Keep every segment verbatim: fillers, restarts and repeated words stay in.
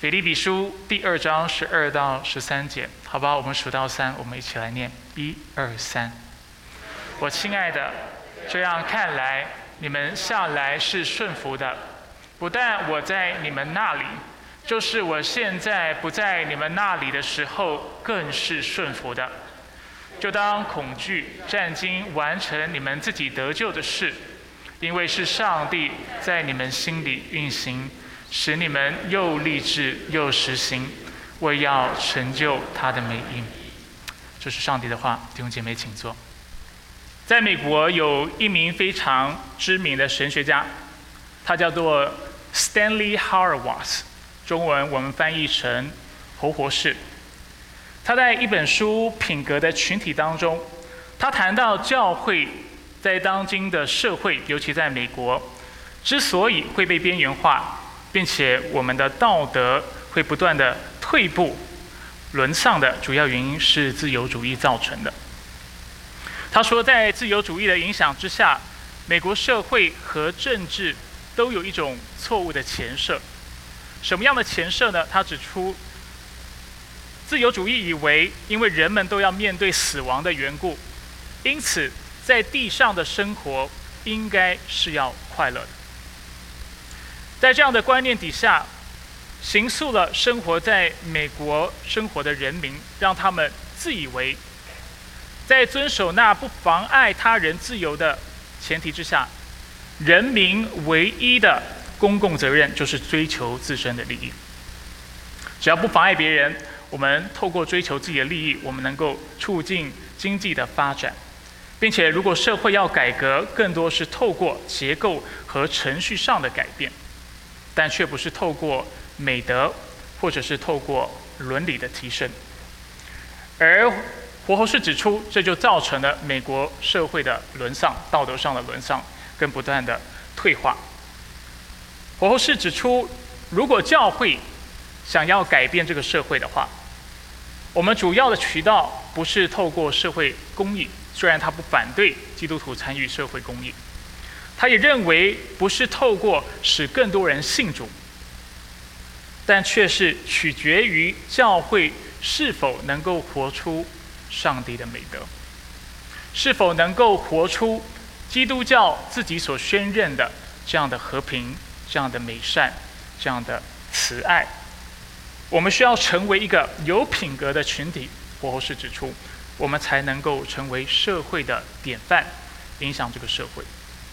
腓立比书第二章十二到十三节，好吧，我们数到三，我们一起来念，一二三。我亲爱的，这样看来，你们向来是顺服的，不但我在你们那里，就是我现在不在你们那里的时候，更是顺服的。就当恐惧战兢，完成你们自己得救的事，因为是上帝在你们心里运行，使你们又立志又实行，为要成就他的美意。这是上帝的话，弟兄姐妹请坐。在美国有一名非常知名的神学家，他叫做 Stanley Hauerwas， 中文我们翻译成侯博士。他在一本书《品格的群体》当中，他谈到教会在当今的社会，尤其在美国，之所以会被边缘化，并且我们的道德会不断的退步、沦丧的主要原因是自由主义造成的。他说，在自由主义的影响之下，美国社会和政治都有一种错误的前设。什么样的前设呢？他指出，自由主义以为，因为人们都要面对死亡的缘故，因此在地上的生活应该是要快乐的。在这样的观念底下，形塑了生活在美国生活的人民，让他们自以为在遵守那不妨碍他人自由的前提之下，人民唯一的公共责任就是追求自身的利益。只要不妨碍别人，我们透过追求自己的利益，我们能够促进经济的发展，并且如果社会要改革，更多是透过结构和程序上的改变，但却不是透过美德或者是透过伦理的提升。而活侯士指出，这就造成了美国社会的沦丧，道德上的沦丧跟不断的退化。活侯士指出，如果教会想要改变这个社会的话，我们主要的渠道不是透过社会公益，虽然他不反对基督徒参与社会公益，他也认为不是透过使更多人信主，但却是取决于教会是否能够活出上帝的美德，是否能够活出基督教自己所宣认的这样的和平、这样的美善、这样的慈爱。我们需要成为一个有品格的群体，活侯士指出，我们才能够成为社会的典范，影响这个社会。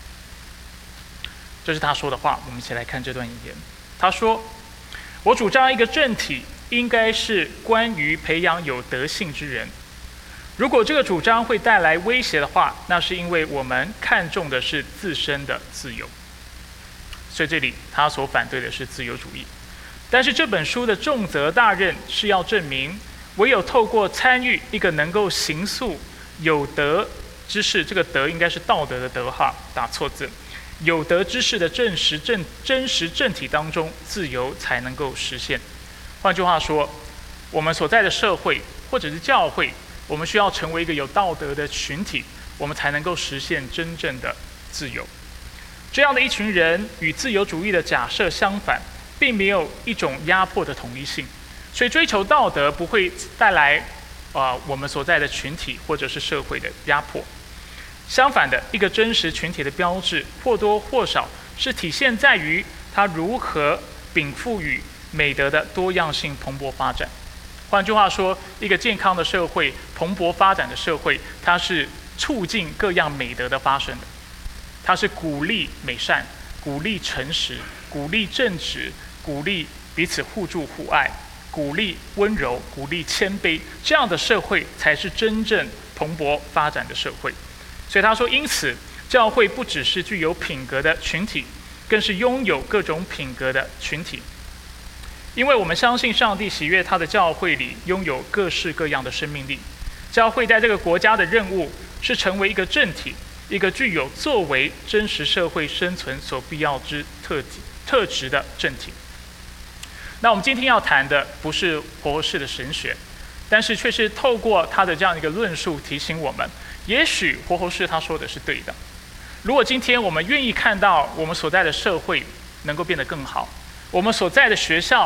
这是他说的话，我们一起来看这段引言。他说：“我主张一个政体应该是关于培养有德性之人。如果这个主张会带来威胁的话，那是因为我们看重的是自身的自由。”所以这里他所反对的是自由主义。但是这本书的重责大任是要证明，唯有透过参与一个能够形塑有德之士，这个德应该是道德的德哈，打错字，有德之士的真实正真实政体当中，自由才能够实现。换句话说，我们所在的社会或者是教会，我们需要成为一个有道德的群体，我们才能够实现真正的自由。这样的一群人与自由主义的假设相反，并没有一种压迫的统一性，所以追求道德不会带来啊、呃、我们所在的群体或者是社会的压迫。相反的，一个真实群体的标志或多或少是体现在于它如何禀赋予美德的多样性蓬勃发展。换句话说，一个健康的社会、蓬勃发展的社会，它是促进各样美德的发生的，它是鼓励美善、鼓励诚实、鼓励正直、鼓励彼此互助互爱、鼓励温柔、鼓励谦卑，这样的社会才是真正蓬勃发展的社会。所以他说，因此教会不只是具有品格的群体，更是拥有各种品格的群体。因为我们相信上帝喜悦他的教会里拥有各式各样的生命力。教会在这个国家的任务是成为一个正体，一个具有作为真实社会生存所必要之特特质的正体。那我们今天要谈的不是活侯士的神学，但是却是透过他的这样一个论述提醒我们，也许活侯士他说的是对的。如果今天我们愿意看到我们所在的社会能够变得更好，我们所在的学校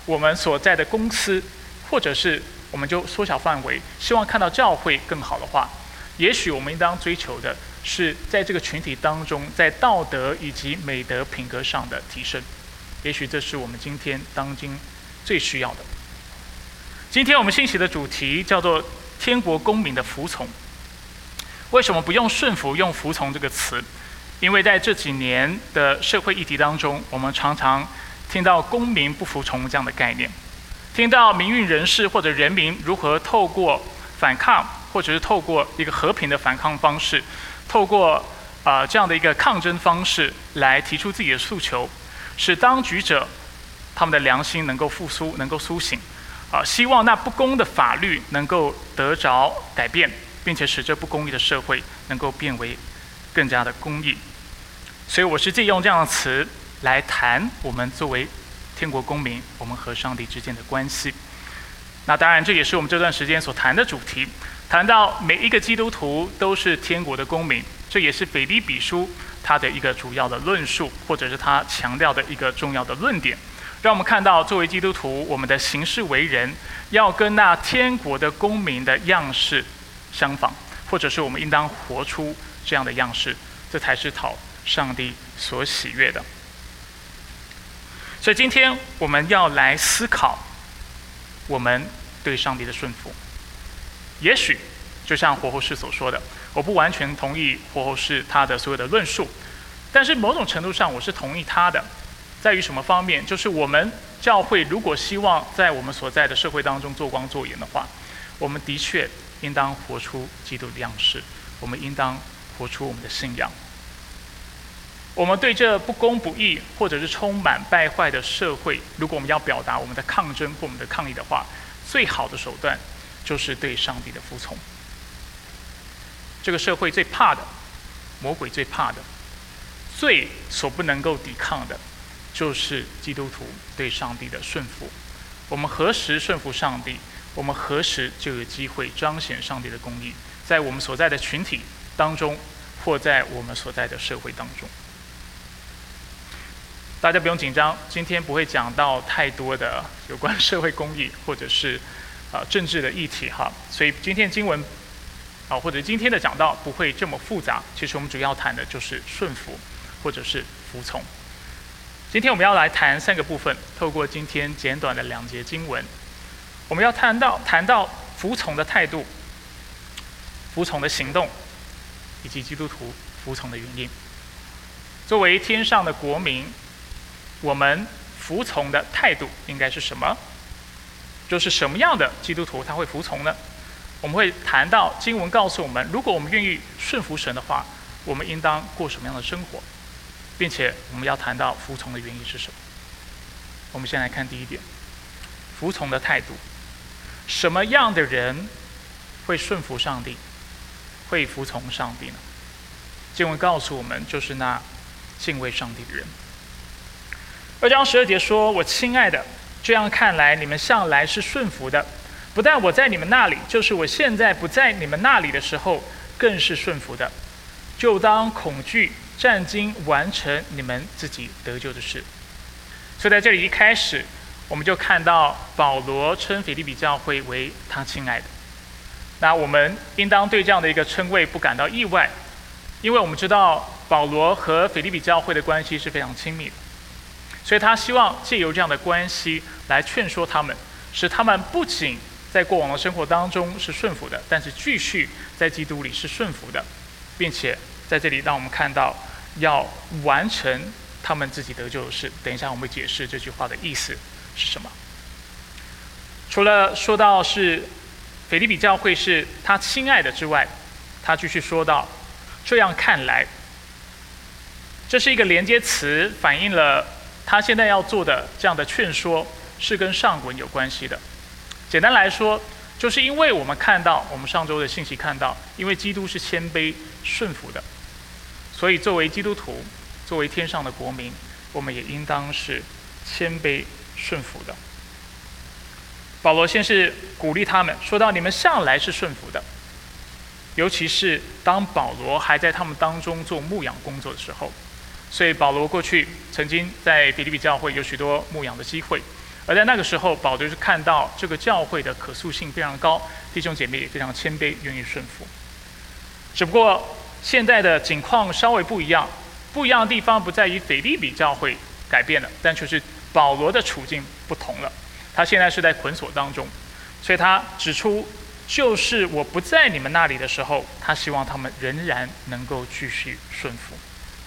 我们所在的公司，或者是我们就缩小范围，希望看到教会更好的话，也许我们应当追求的是在这个群体当中，在道德以及美德品格上的提升。也许这是我们今天当今最需要的。今天我们信息的主题叫做天国公民的服从。为什么不用顺服，用服从这个词？因为在这几年的社会议题当中，我们常常听到公民不服从这样的概念，听到民运人士或者人民如何透过反抗，或者是透过一个和平的反抗方式，透过呃这样的一个抗争方式来提出自己的诉求，使当局者他们的良心能够复苏，能够苏醒，啊、呃，希望那不公的法律能够得着改变，并且使这不公义的社会能够变为更加的公义。所以我是借用这样的词来谈我们作为天国公民，我们和上帝之间的关系。那当然，这也是我们这段时间所谈的主题。谈到每一个基督徒都是天国的公民，这也是腓立比书它的一个主要的论述，或者是他强调的一个重要的论点。让我们看到，作为基督徒，我们的行事为人要跟那天国的公民的样式相仿，或者是我们应当活出这样的样式，这才是讨上帝所喜悦的。所以今天我们要来思考我们对上帝的顺服。也许就像活后士所说的，我不完全同意活后士他的所有的论述，但是某种程度上我是同意他的。在于什么方面？就是我们教会如果希望在我们所在的社会当中做光做盐的话，我们的确应当活出基督的样式，我们应当活出我们的信仰。我们对这不公不义或者是充满败坏的社会，如果我们要表达我们的抗争或我们的抗议的话，最好的手段就是对上帝的服从。这个社会最怕的，魔鬼最怕的，最所不能够抵抗的，就是基督徒对上帝的顺服。我们何时顺服上帝，我们何时就有机会彰显上帝的公义，在我们所在的群体当中，或在我们所在的社会当中。大家不用紧张，今天不会讲到太多的有关社会公义或者是呃政治的议题哈，所以今天经文啊、呃、或者今天的讲道不会这么复杂。其实我们主要谈的就是顺服或者是服从。今天我们要来谈三个部分，透过今天简短的两节经文，我们要谈到谈到服从的态度、服从的行动，以及基督徒服从的原因。作为天上的国民，我们服从的态度应该是什么？就是什么样的基督徒他会服从呢？我们会谈到经文告诉我们，如果我们愿意顺服神的话，我们应当过什么样的生活，并且我们要谈到服从的原因是什么。我们先来看第一点，服从的态度。什么样的人会顺服上帝，会服从上帝呢？经文告诉我们，就是那敬畏上帝的人。二章十二节说：“我亲爱的，这样看来，你们向来是顺服的。不但我在你们那里，就是我现在不在你们那里的时候，更是顺服的。就当恐惧战兢，完成你们自己得救的事。”所以在这里一开始，我们就看到保罗称腓立比教会为他亲爱的。那我们应当对这样的一个称谓不感到意外，因为我们知道保罗和腓立比教会的关系是非常亲密的。所以他希望借由这样的关系来劝说他们，使他们不仅在过往的生活当中是顺服的，但是继续在基督里是顺服的，并且在这里让我们看到要完成他们自己得救的事。等一下我们会解释这句话的意思是什么。除了说到是腓立比教会是他亲爱的之外，他继续说到这样看来，这是一个连接词，反映了他现在要做的这样的劝说是跟上文有关系的。简单来说，就是因为我们看到，我们上周的信息看到，因为基督是谦卑顺服的，所以作为基督徒，作为天上的国民，我们也应当是谦卑顺服的。保罗先是鼓励他们，说到你们向来是顺服的，尤其是当保罗还在他们当中做牧养工作的时候。所以保罗过去曾经在腓立比教会有许多牧养的机会， 而在那个时候，保罗就是看到这个教会的可塑性非常高，弟兄姐妹也非常谦卑，愿意顺服。只不过现在的情况稍微不一样，不一样的地方不在于腓立比教会改变了，但就是保罗的处境不同了。他现在是在捆锁当中，所以他指出，就是我不在你们那里的时候，他希望他们仍然能够继续顺服。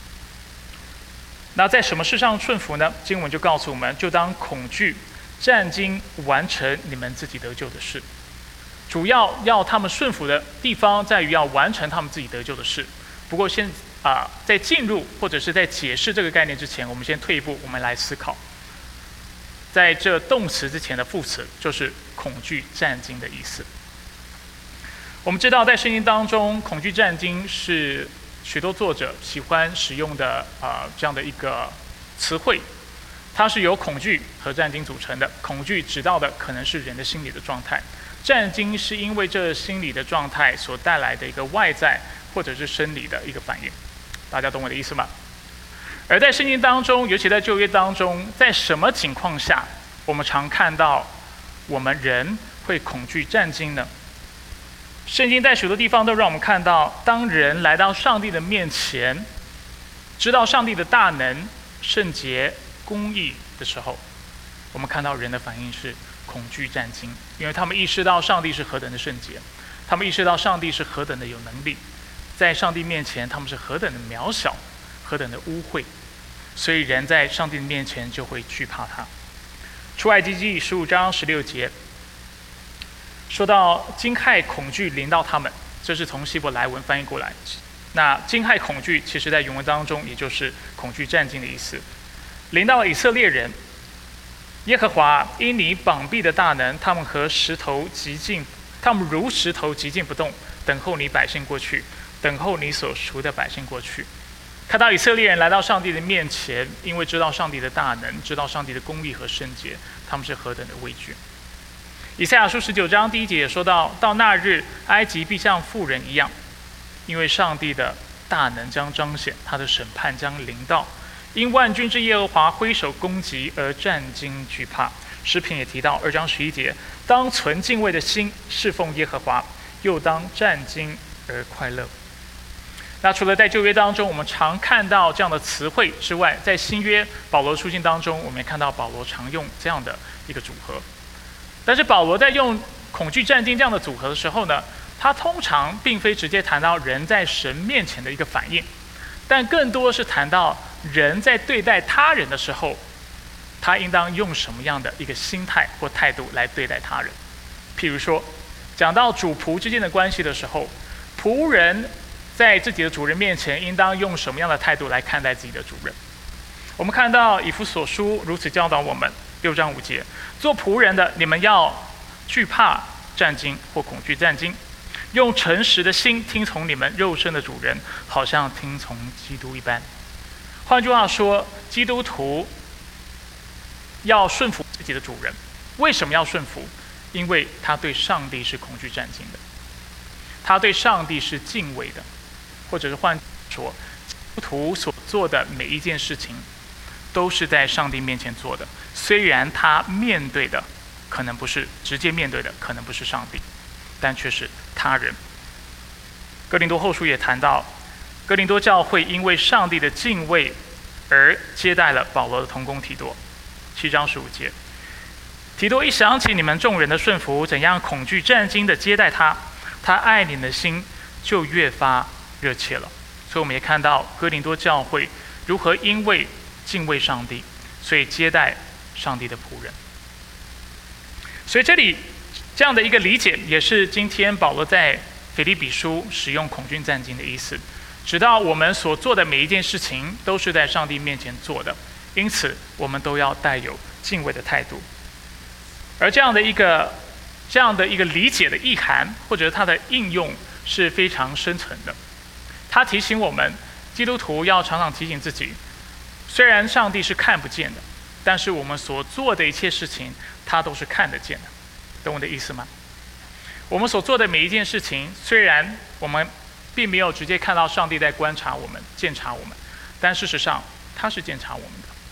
那在什么事上顺服呢？经文就告诉我们，就当恐惧战兢完成你们自己得救的事。主要要他们顺服的地方在于要完成他们自己得救的事。不过先啊、呃，在进入或者是在解释这个概念之前，我们先退一步，我们来思考，在这动词之前的副词就是恐惧战兢的意思。我们知道在圣经当中，恐惧战兢是许多作者喜欢使用的呃这样的一个词汇，它是由恐惧和战兢组成的。恐惧指到的可能是人的心理的状态，战兢是因为这心理的状态所带来的一个外在或者是生理的一个反应。大家懂我的意思吗？而在圣经当中，尤其在旧约当中，在什么情况下我们常看到我们人会恐惧战兢呢？圣经在许多地方都让我们看到，当人来到上帝的面前，知道上帝的大能、圣洁、公义的时候，我们看到人的反应是恐惧战兢，因为他们意识到上帝是何等的圣洁，他们意识到上帝是何等的有能力，在上帝面前他们是何等的渺小，何等的污秽，所以人在上帝的面前就会惧怕他。出埃及记十五章十六节说到惊骇恐惧临到他们，这是从希伯来文翻译过来。那惊骇恐惧其实在原文当中也就是恐惧战兢的意思。临到以色列人，耶和华因你膀臂的大能，他们和石头极静，他们如石头极静不动，等候你百姓过去，等候你所赎的百姓过去。看到以色列人来到上帝的面前，因为知道上帝的大能，知道上帝的公义和圣洁，他们是何等的畏惧。以赛亚书十九章第一节也说到，到那日，埃及必像妇人一样，因为上帝的大能将彰显，他的审判将临到，因万军之耶和华挥手攻击而战兢惧怕。诗篇也提到二章十一节，当存敬畏的心侍奉耶和华，又当战兢而快乐。那除了在旧约当中我们常看到这样的词汇之外，在新约保罗书信当中，我们也看到保罗常用这样的一个组合。但是保罗在用恐惧战兢这样的组合的时候呢，他通常并非直接谈到人在神面前的一个反应，但更多是谈到人在对待他人的时候，他应当用什么样的一个心态或态度来对待他人。譬如说，讲到主仆之间的关系的时候，仆人在自己的主人面前应当用什么样的态度来看待自己的主人。我们看到以弗所书如此教导我们，六章五节，做仆人的，你们要惧怕战兢或恐惧战兢，用诚实的心听从你们肉身的主人，好像听从基督一般。换句话说，基督徒要顺服自己的主人。为什么要顺服？因为他对上帝是恐惧战兢的，他对上帝是敬畏的，或者是换说，基督徒所做的每一件事情都是在上帝面前做的，虽然他面对的可能不是直接面对的，可能不是上帝，但却是他人。哥林多后书也谈到，哥林多教会因为上帝的敬畏而接待了保罗的同工提多，七章十五节。提多一想起你们众人的顺服，怎样恐惧战兢的接待他，他爱你们的心就越发热切了。所以我们也看到哥林多教会如何因为敬畏上帝，所以接待上帝的仆人。所以这里这样的一个理解，也是今天保罗在腓立比书使用恐惧战兢的意思，直到我们所做的每一件事情都是在上帝面前做的，因此我们都要带有敬畏的态度。而这样的一个这样的一个理解的意涵，或者它的应用是非常深层的。它提醒我们，基督徒要常常提醒自己，虽然上帝是看不见的，但是我们所做的一切事情，他都是看得见的。懂我的意思吗？我们所做的每一件事情，虽然我们并没有直接看到上帝在观察我们、监察我们，但事实上他是监察我们的。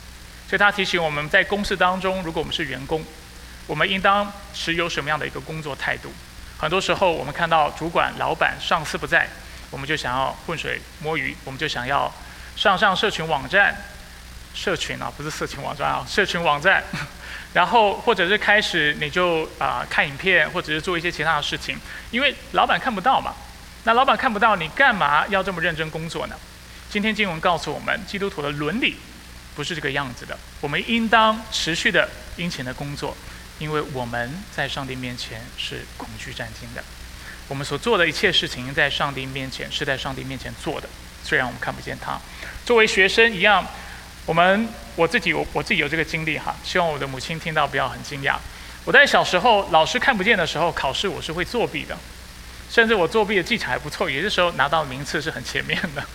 所以他提醒我们在公司当中，如果我们是员工，我们应当持有什么样的一个工作态度？很多时候我们看到主管、老板、上司不在，我们就想要浑水摸鱼，我们就想要上上社群网站，社群啊，不是社群网站啊，社群网站，然后或者是开始你就啊、呃、看影片，或者是做一些其他的事情，因为老板看不到嘛。那老板看不到，你干嘛要这么认真工作呢？今天经文告诉我们，基督徒的伦理不是这个样子的，我们应当持续的殷勤的工作，因为我们在上帝面前是恐惧战惊的。我们所做的一切事情，在上帝面前是在上帝面前做的，虽然我们看不见他。作为学生一样，我们我自己我我自己有这个经历哈，希望我的母亲听到不要很惊讶。我在小时候老师看不见的时候，考试我是会作弊的，甚至我作弊的技巧还不错，有些时候拿到名次是很前面的。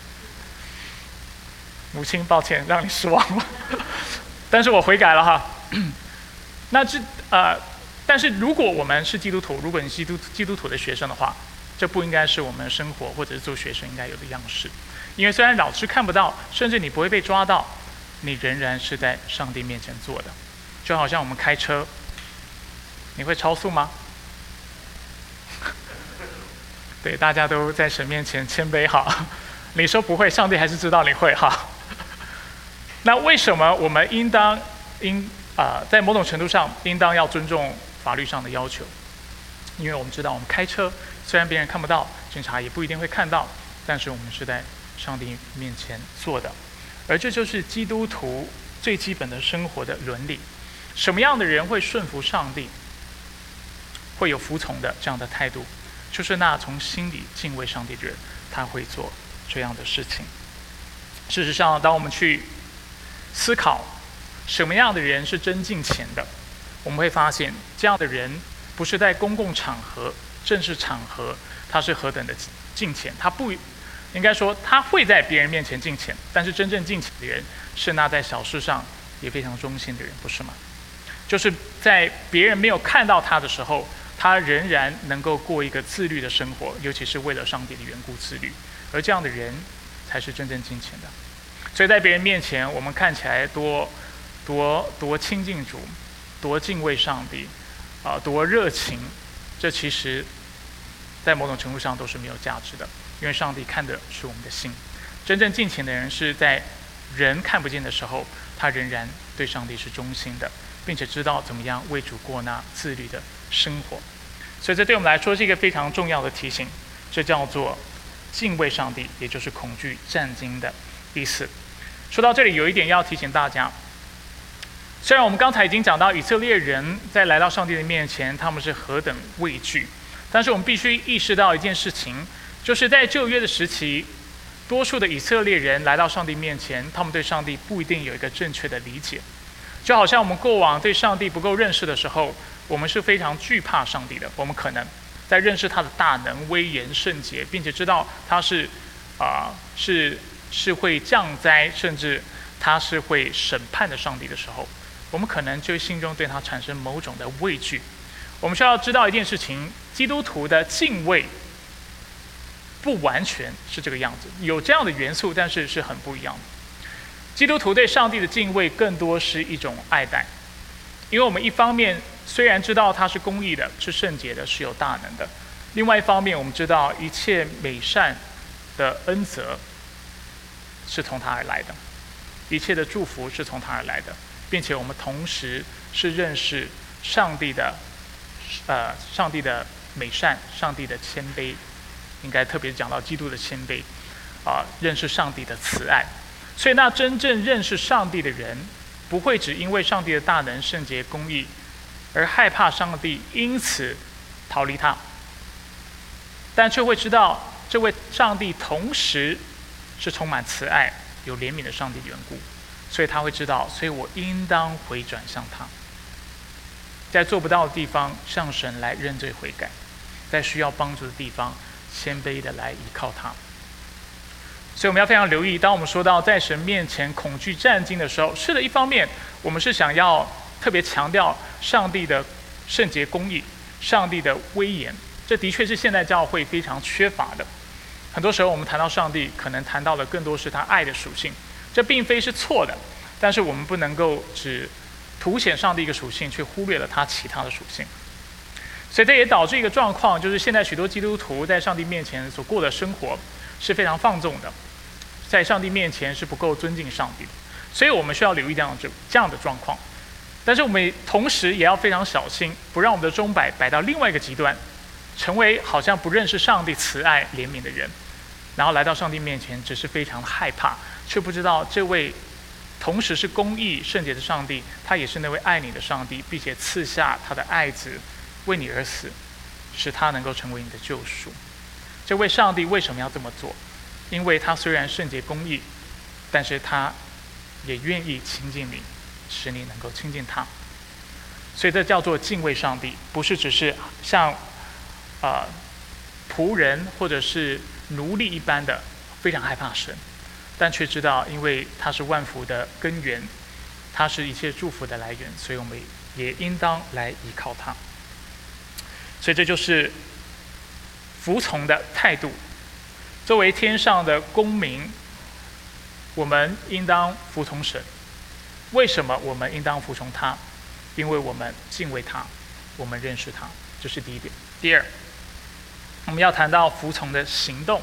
母亲，抱歉让你失望了，但是我悔改了哈。那这呃，但是如果我们是基督徒，如果你是基督基督徒的学生的话，这不应该是我们生活或者是做学生应该有的样式。因为虽然老师看不到，甚至你不会被抓到，你仍然是在上帝面前做的。就好像我们开车，你会超速吗？对，大家都在神面前谦卑哈。你说不会，上帝还是知道你会哈。那为什么我们应当应啊、呃，在某种程度上应当要尊重法律上的要求？因为我们知道，我们开车虽然别人看不到，警察也不一定会看到，但是我们是在上帝面前做的，而这就是基督徒最基本的生活的伦理。什么样的人会顺服上帝，会有服从的这样的态度？就是那从心里敬畏上帝的人，他会做这样的事情。事实上，当我们去思考什么样的人是真敬虔的，我们会发现，这样的人不是在公共场合、正式场合，他是何等的敬虔。他不应该说他会在别人面前敬虔，但是真正敬虔的人是那在小事上也非常忠心的人，不是吗？就是在别人没有看到他的时候，他仍然能够过一个自律的生活，尤其是为了上帝的缘故自律。而这样的人才是真正敬虔的。所以在别人面前，我们看起来多多多亲近主，多敬畏上帝，啊、呃，多热情，这其实，在某种程度上都是没有价值的，因为上帝看的是我们的心。真正敬虔的人是在人看不见的时候，他仍然对上帝是忠心的，并且知道怎么样为主过那自律的生活。所以这对我们来说是一个非常重要的提醒，这叫做敬畏上帝，也就是恐惧战惊的意思。说到这里，有一点要提醒大家，虽然我们刚才已经讲到以色列人在来到上帝的面前，他们是何等畏惧，但是我们必须意识到一件事情，就是在旧约的时期，多数的以色列人来到上帝面前，他们对上帝不一定有一个正确的理解。就好像我们过往对上帝不够认识的时候，我们是非常惧怕上帝的。我们可能在认识他的大能、威严、圣洁，并且知道他是啊、呃、是是会降灾，甚至他是会审判的上帝的时候，我们可能就心中对他产生某种的畏惧。我们需要知道一件事情：基督徒的敬畏不完全是这个样子，有这样的元素，但是是很不一样的。基督徒对上帝的敬畏更多是一种爱戴，因为我们一方面虽然知道他是公义的、是圣洁的、是有大能的，另外一方面我们知道一切美善的恩泽是从他而来的，一切的祝福是从他而来的，并且我们同时是认识上帝的，呃，上帝的美善、上帝的谦卑，应该特别讲到基督的谦卑，啊、呃，认识上帝的慈爱。所以那真正认识上帝的人，不会只因为上帝的大能、圣洁、公义而害怕上帝，因此逃离他，但却会知道这位上帝同时是充满慈爱、有怜悯的上帝的缘故，所以他会知道，所以我应当回转向他，在做不到的地方向神来认罪悔改，在需要帮助的地方谦卑的来依靠他。所以我们要非常留意，当我们说到在神面前恐惧战惊的时候，是的，一方面我们是想要特别强调上帝的圣洁公义、上帝的威严，这的确是现代教会非常缺乏的。很多时候我们谈到上帝，可能谈到的更多是他爱的属性，这并非是错的， 但是我们不能够只凸显上帝一个属性，却忽略了他其他的属性。所以这也导致一个状况，就是现在许多基督徒在上帝面前所过的生活是非常放纵的，在上帝面前是不够尊敬上帝的。所以我们需要留意这样这样的状况。但是我们同时也要非常小心，不让我们的钟摆摆到另外一个极端，成为好像不认识上帝慈爱怜悯的人，然后来到上帝面前只是非常害怕，却不知道这位同时是公义圣洁的上帝，他也是那位爱你的上帝，并且赐下他的爱子为你而死，使他能够成为你的救赎。这位上帝为什么要这么做？因为他虽然圣洁公义，但是他也愿意亲近你，使你能够亲近他。所以这叫做敬畏上帝，不是只是像呃仆人或者是奴隶一般的非常害怕神，但却知道因为他是万福的根源，他是一切祝福的来源，所以我们也应当来依靠他。所以这就是服从的态度。作为天上的公民，我们应当服从神。为什么我们应当服从他？因为我们敬畏他，我们认识他，这是第一点。第二，我们要谈到服从的行动。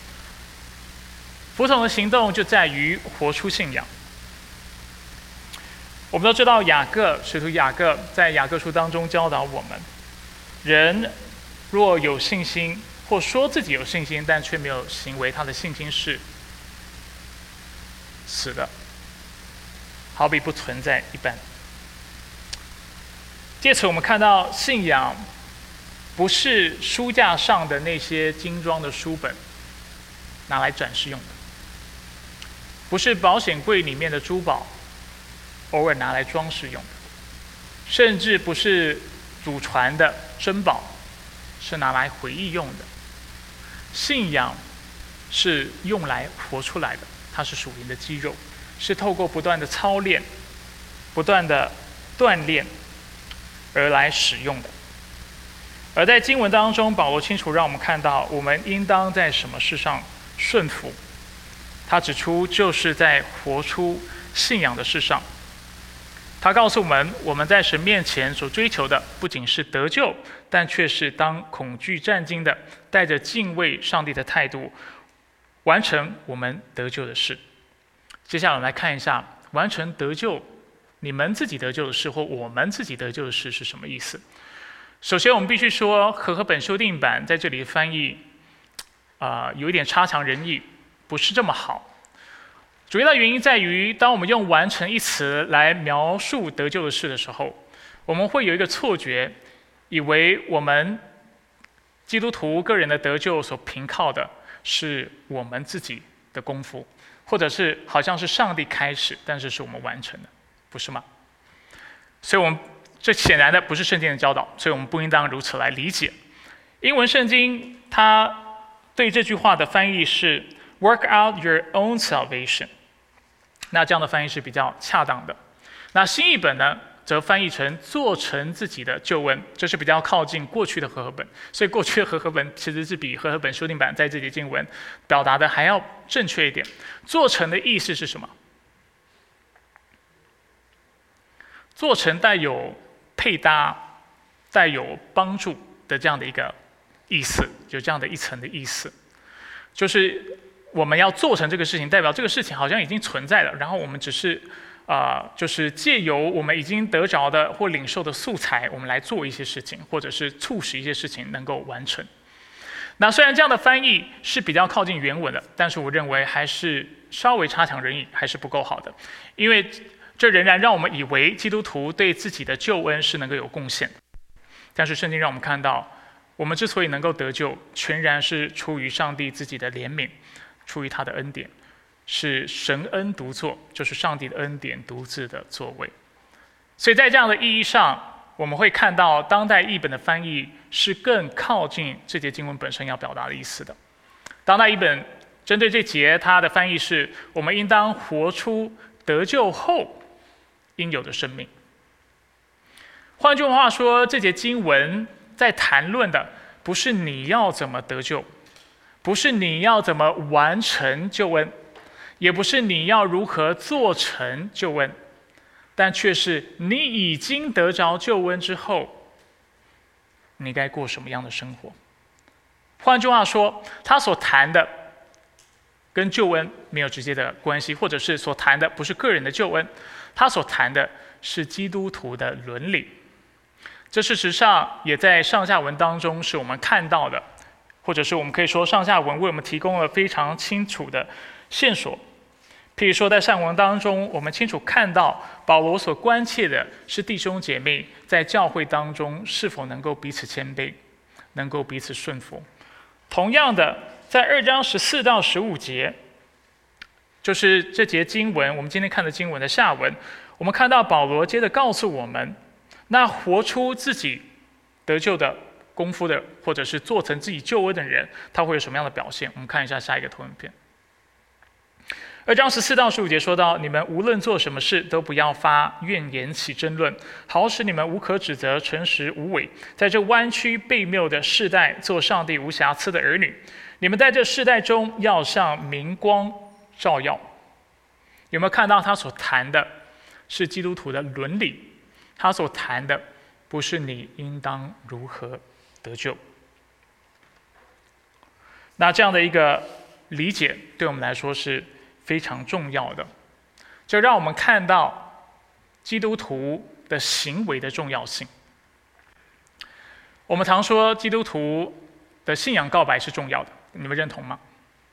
服从的行动就在于活出信仰。我们都知道雅各，使徒雅各在雅各书当中教导我们，人若有信心，或说自己有信心，但却没有行为，他的信心是死的，好比不存在一般。借此我们看到，信仰不是书架上的那些精装的书本拿来展示用的，不是保险柜里面的珠宝偶尔拿来装饰用的，甚至不是祖传的珍宝是拿来回忆用的。信仰是用来活出来的，它是属灵的肌肉，是透过不断的操练、不断的锻炼而来使用的。而在经文当中，保罗清楚让我们看到，我们应当在什么事上顺服。他指出，就是在活出信仰的事上。他告诉我们，我们在神面前所追求的，不仅是得救，但却是当恐惧战惊的，带着敬畏上帝的态度，完成我们得救的事。接下来我们来看一下，完成得救，你们自己得救的事，或我们自己得救的事是什么意思？首先，我们必须说，和合本修订版在这里的翻译，啊、呃，有一点差强人意，不是这么好。主要的原因在于，当我们用"完成"一词来描述得救的事的时候，我们会有一个错觉，以为我们基督徒个人的得救所凭靠的是我们自己的功夫，或者是好像是上帝开始，但是是我们完成的，不是吗？所以我们这显然的不是圣经的教导，所以我们不应当如此来理解。英文圣经它对这句话的翻译是 "Work out your own salvation"， 那这样的翻译是比较恰当的。那新译本呢，则翻译成做成自己的救恩，这是比较靠近过去的和合本，所以过去的和合本其实是比和合本修订版在这里经文表达的还要正确一点。做成的意思是什么？做成带有配搭、带有帮助的这样的一个意思，有这样的一层的意思，就是我们要做成这个事情，代表这个事情好像已经存在了，然后我们只是啊、呃，就是借由我们已经得着的或领受的素材，我们来做一些事情，或者是促使一些事情能够完成。那虽然这样的翻译是比较靠近原文的，但是我认为还是稍微差强人意，还是不够好的，因为这仍然让我们以为基督徒对自己的救恩是能够有贡献。但是圣经让我们看到，我们之所以能够得救，全然是出于上帝自己的怜悯，出于他的恩典，是神恩独作，就是上帝的恩典独自的作为。所以在这样的意义上，我们会看到当代译本的翻译是更靠近这节经文本身要表达的意思的。当代译本针对这节，它的翻译是：我们应当活出得救后应有的生命。换句话说，这节经文在谈论的不是你要怎么得救，不是你要怎么完成救恩， 也不是你要如何做成救恩，但却是你已经得着救恩之后，你该过什么样的生活。换句话说，他所谈的跟救恩没有直接的关系，或者是所谈的不是个人的救恩，他所谈的是基督徒的伦理。这事实上也在上下文当中是我们看到的，或者是我们可以说上下文为我们提供了非常清楚的线索。譬如说在上文当中，我们清楚看到保罗所关切的是弟兄姐妹在教会当中是否能够彼此谦卑，能够彼此顺服。同样的，在二章十四到十五节，就是这节经文，我们今天看的经文的下文，我们看到保罗接着告诉我们，那活出自己得救的功夫的，或者是做成自己救恩的人，他会有什么样的表现？我们看一下下一个投影片。二章十四到十五节说到：你们无论做什么事，都不要发怨言起争论，好使你们无可指责，诚实无伪，在这弯曲悖谬的世代，做上帝无瑕疵的儿女。你们在这世代中要像明光照耀。有没有看到他所谈的是基督徒的伦理？他所谈的不是你应当如何得救。那这样的一个理解对我们来说是非常重要的，就让我们看到基督徒的行为的重要性。我们常说基督徒的信仰告白是重要的，你们认同吗？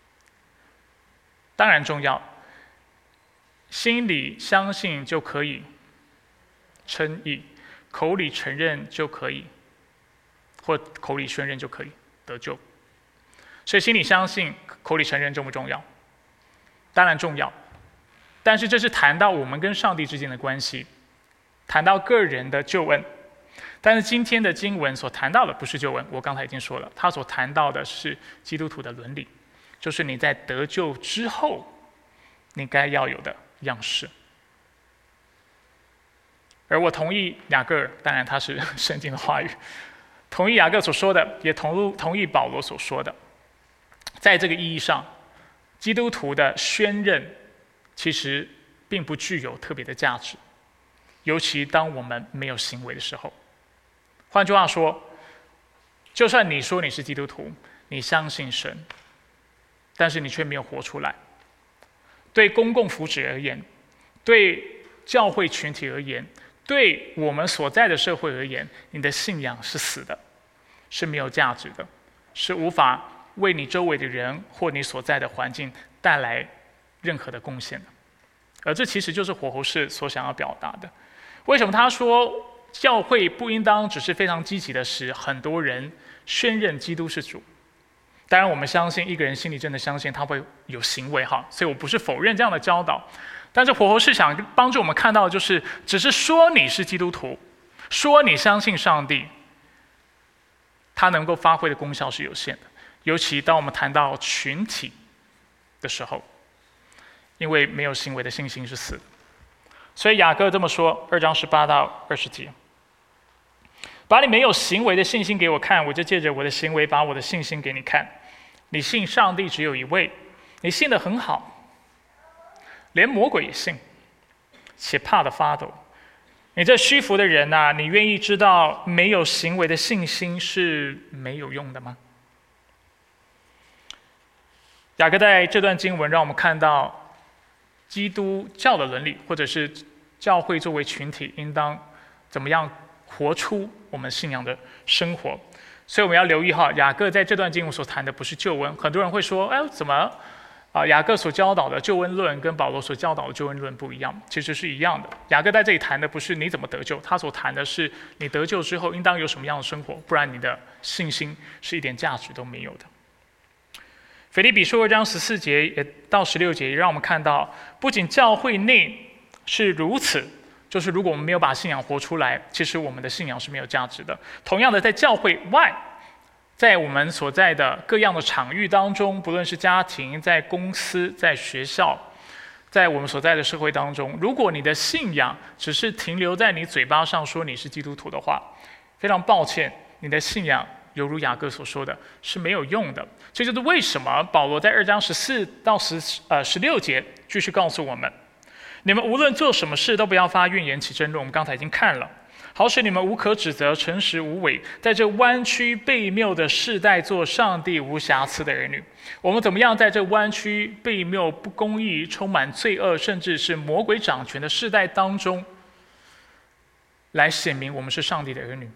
当然重要，心里相信就可以称义，口里承认就可以，或口里宣认就可以得救。所以心里相信，口里承认重不重要？当然重要，但是这是谈到我们跟上帝之间的关系，谈到个人的救恩。但是今天的经文所谈到的不是救恩，我刚才已经说了，他所谈到的是基督徒的伦理，就是你在得救之后你该要有的样式。而我同意雅各，当然他是圣经的话语，同意雅各所说的，也同同意保罗所说的。在这个意义上，基督徒的宣认其实并不具有特别的价值，尤其当我们没有行为的时候。换句话说，就算你说你是基督徒，你相信神，但是你却没有活出来，对公共福祉而言，对教会群体而言，对我们所在的社会而言，你的信仰是死的，是没有价值的，是无法为你周围的人或你所在的环境带来任何的贡献的。而这其实就是火候士所想要表达的。为什么他说教会不应当只是非常积极的使很多人宣认基督是主？当然我们相信一个人心里真的相信，他会有行为哈，所以我不是否认这样的教导。但是火候士想帮助我们看到的就是，只是说你是基督徒，说你相信上帝，它能够发挥的功效是有限的。尤其当我们谈到群体的时候，因为没有行为的信心是死的。所以雅各这么说，二章十八到二十节，把你没有行为的信心给我看，我就借着我的行为把我的信心给你看。你信上帝只有一位，你信得很好，连魔鬼也信，且怕得发抖。你这虚浮的人啊，你愿意知道没有行为的信心是没有用的吗？雅各在这段经文让我们看到基督教的伦理，或者是教会作为群体应当怎么样活出我们信仰的生活。所以我们要留意哈，雅各在这段经文所谈的不是救恩。很多人会说，哎，怎么啊？雅各所教导的救恩论跟保罗所教导的救恩论不一样？其实是一样的。雅各在这里谈的不是你怎么得救，他所谈的是你得救之后应当有什么样的生活，不然你的信心是一点价值都没有的。腓立比书二章十四节也到十六节也让我们看到，不仅教会内是如此，就是如果我们没有把信仰活出来，其实我们的信仰是没有价值的。同样的，在教会外，在我们所在的各样的场域当中，不论是家庭、在公司、在学校，在我们所在的社会当中，如果你的信仰只是停留在你嘴巴上说你是基督徒的话，非常抱歉，你的信仰犹如雅各所说的，是没有用的。这就是为什么保罗在二章十四到十呃十六节继续告诉我们：你们无论做什么事，都不要发怨言起争论。我们刚才已经看了，好使你们无可指责，诚实无伪，在这弯曲悖谬的世代，做上帝无瑕疵的儿女。我们怎么样在这弯曲悖谬、不公义、充满罪恶，甚至是魔鬼掌权的世代当中，来显明我们是上帝的儿女？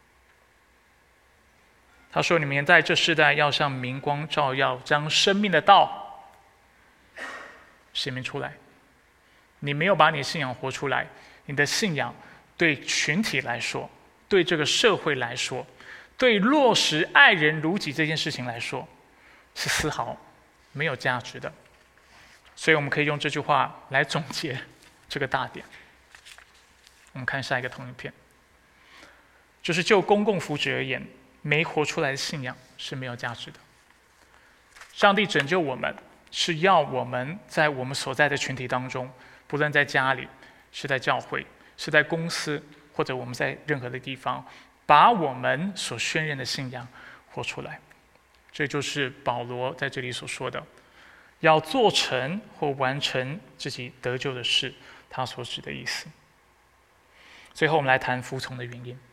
他说：你们在这世代要像明光照耀，将生命的道显明出来。你没有把你的信仰活出来，你的信仰对群体来说，对这个社会来说，对落实爱人如己这件事情来说，是丝毫没有价值的。所以我们可以用这句话来总结这个大点。我们看下一个投影片，就是就公共福祉而言，没活出来的信仰是没有价值的。上帝拯救我们，是要我们在我们所在的群体当中，不论在家里，是在教会，是在公司，或者我们在任何的地方，把我们所宣认的信仰活出来。这就是保罗在这里所说的，要做成或完成自己得救的事，他所指的意思。最后我们来谈服从的原因。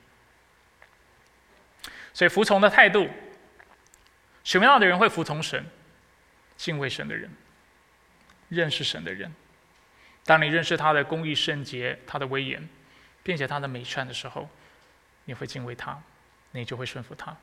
所以服从的态度，什么样的人会服从神？敬畏神的人，认识神的人。当你认识他的公义圣洁，他的威严，并且他的美善的时候，你会敬畏他，你就会顺服他。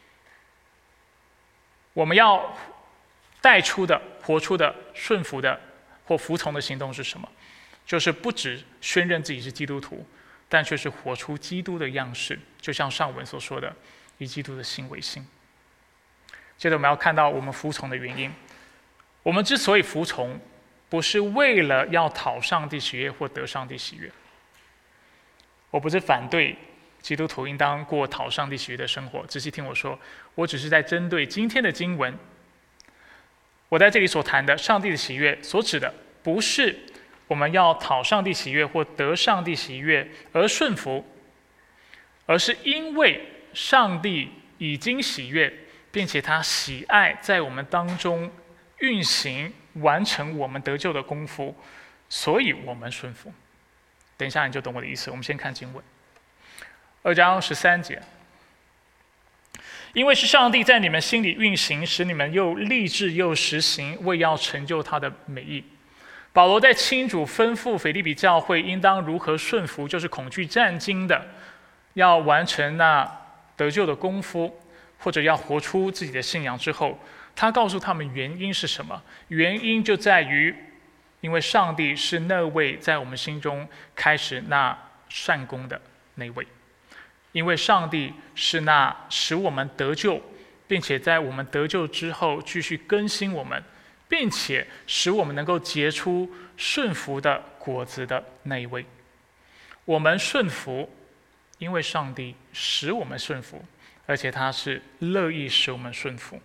我们要带出的、活出的、顺服的或服从的行动是什么？就是不只宣认自己是基督徒，但却是活出基督的样式，就像上文所说的，以基督的心为心。接着我们要看到我们服从的原因。我们之所以服从，不是为了要讨上帝喜悦或得上帝喜悦。我不是反对基督徒应当过讨上帝喜悦的生活，仔细听我说，我只是在针对今天的经文。我在这里所谈的上帝的喜悦，所指的不是我们要讨上帝喜悦或得上帝喜悦而顺服，而是因为上帝已经喜悦，并且他喜爱在我们当中运行完成我们得救的功夫，所以我们顺服。等一下你就懂我的意思。我们先看经文，二章十三节。因为是上帝在你们心里运行，使你们又立志又实行，为要成就他的美意。保罗在清楚吩咐腓立比教会应当如何顺服，就是恐惧战惊的，要完成那得救的功夫，或者要活出自己的信仰之后，他告诉他们原因是什么？原因就在于，因为上帝是那位在我们心中开始那善功的那位。因为上帝是那使我们得救，并且在我们得救之后继续更新我们，并且使我们能够结出顺服的果子的那一位。我们顺服，因为上帝使我们顺服，而且他是乐意使我们顺服。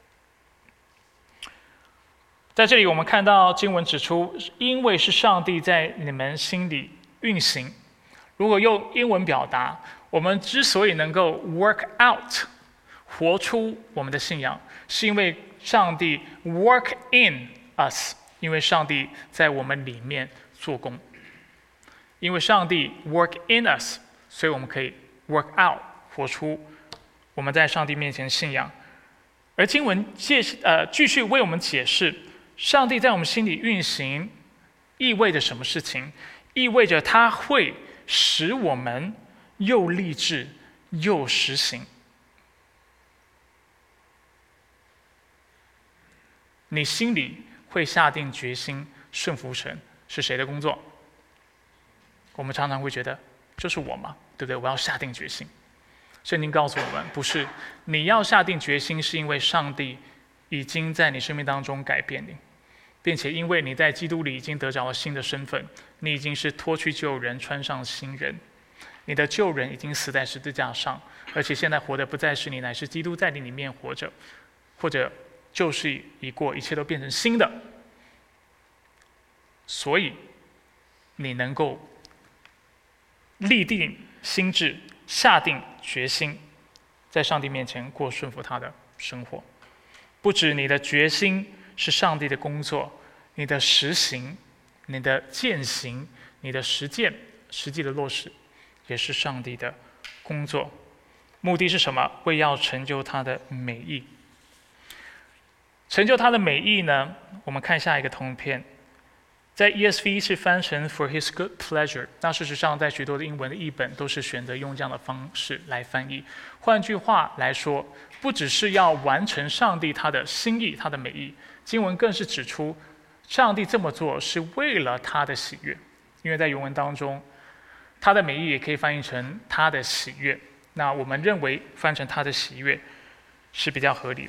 在这里我们看到经文指出，因为是上帝在你们心里运行。如果用英文表达，我们之所以能够 work out 活出我们的信仰，是因为上帝 work in us， 因为上帝在我们里面做工。因为上帝 work in us， 所以我们可以 work out 活出我们在上帝面前的信仰。而经文介呃继续为我们解释，上帝在我们心里运行意味着什么事情？意味着他会使我们又立志又实行。你心里会下定决心顺服神，是谁的工作？我们常常会觉得就是我嘛，对不对？我要下定决心。圣经告诉我们，不是，你要下定决心，是因为上帝已经在你生命当中改变你，并且因为你在基督里已经得着了新的身份，你已经是脱去旧人，穿上新人。你的旧人已经死在十字架上，而且现在活的不再是你，乃是基督在你里面活着，或者旧事已过，一切都变成新的。所以你能够立定心志，下定决心， 在上帝面前过顺服他的生活。不止你的决心是上帝的工作，你的实行、你的践行、你的实践、实际的落实，也是上帝的工作。目的是什么？为要成就他的美意。成就他的美意呢？我们看下一个通篇，在 E S V 是翻成 For His good pleasure， 那事实上在许多的英文的译本都是选择用这样的方式来翻译。换句话来说，不只是要完成上帝他的心意、他的美意，经文更是指出，上帝这么做是为了他的喜悦。因为在原文当中，他的美意也可以翻译成他的喜悦。那我们认为翻成他的喜悦是比较合理的。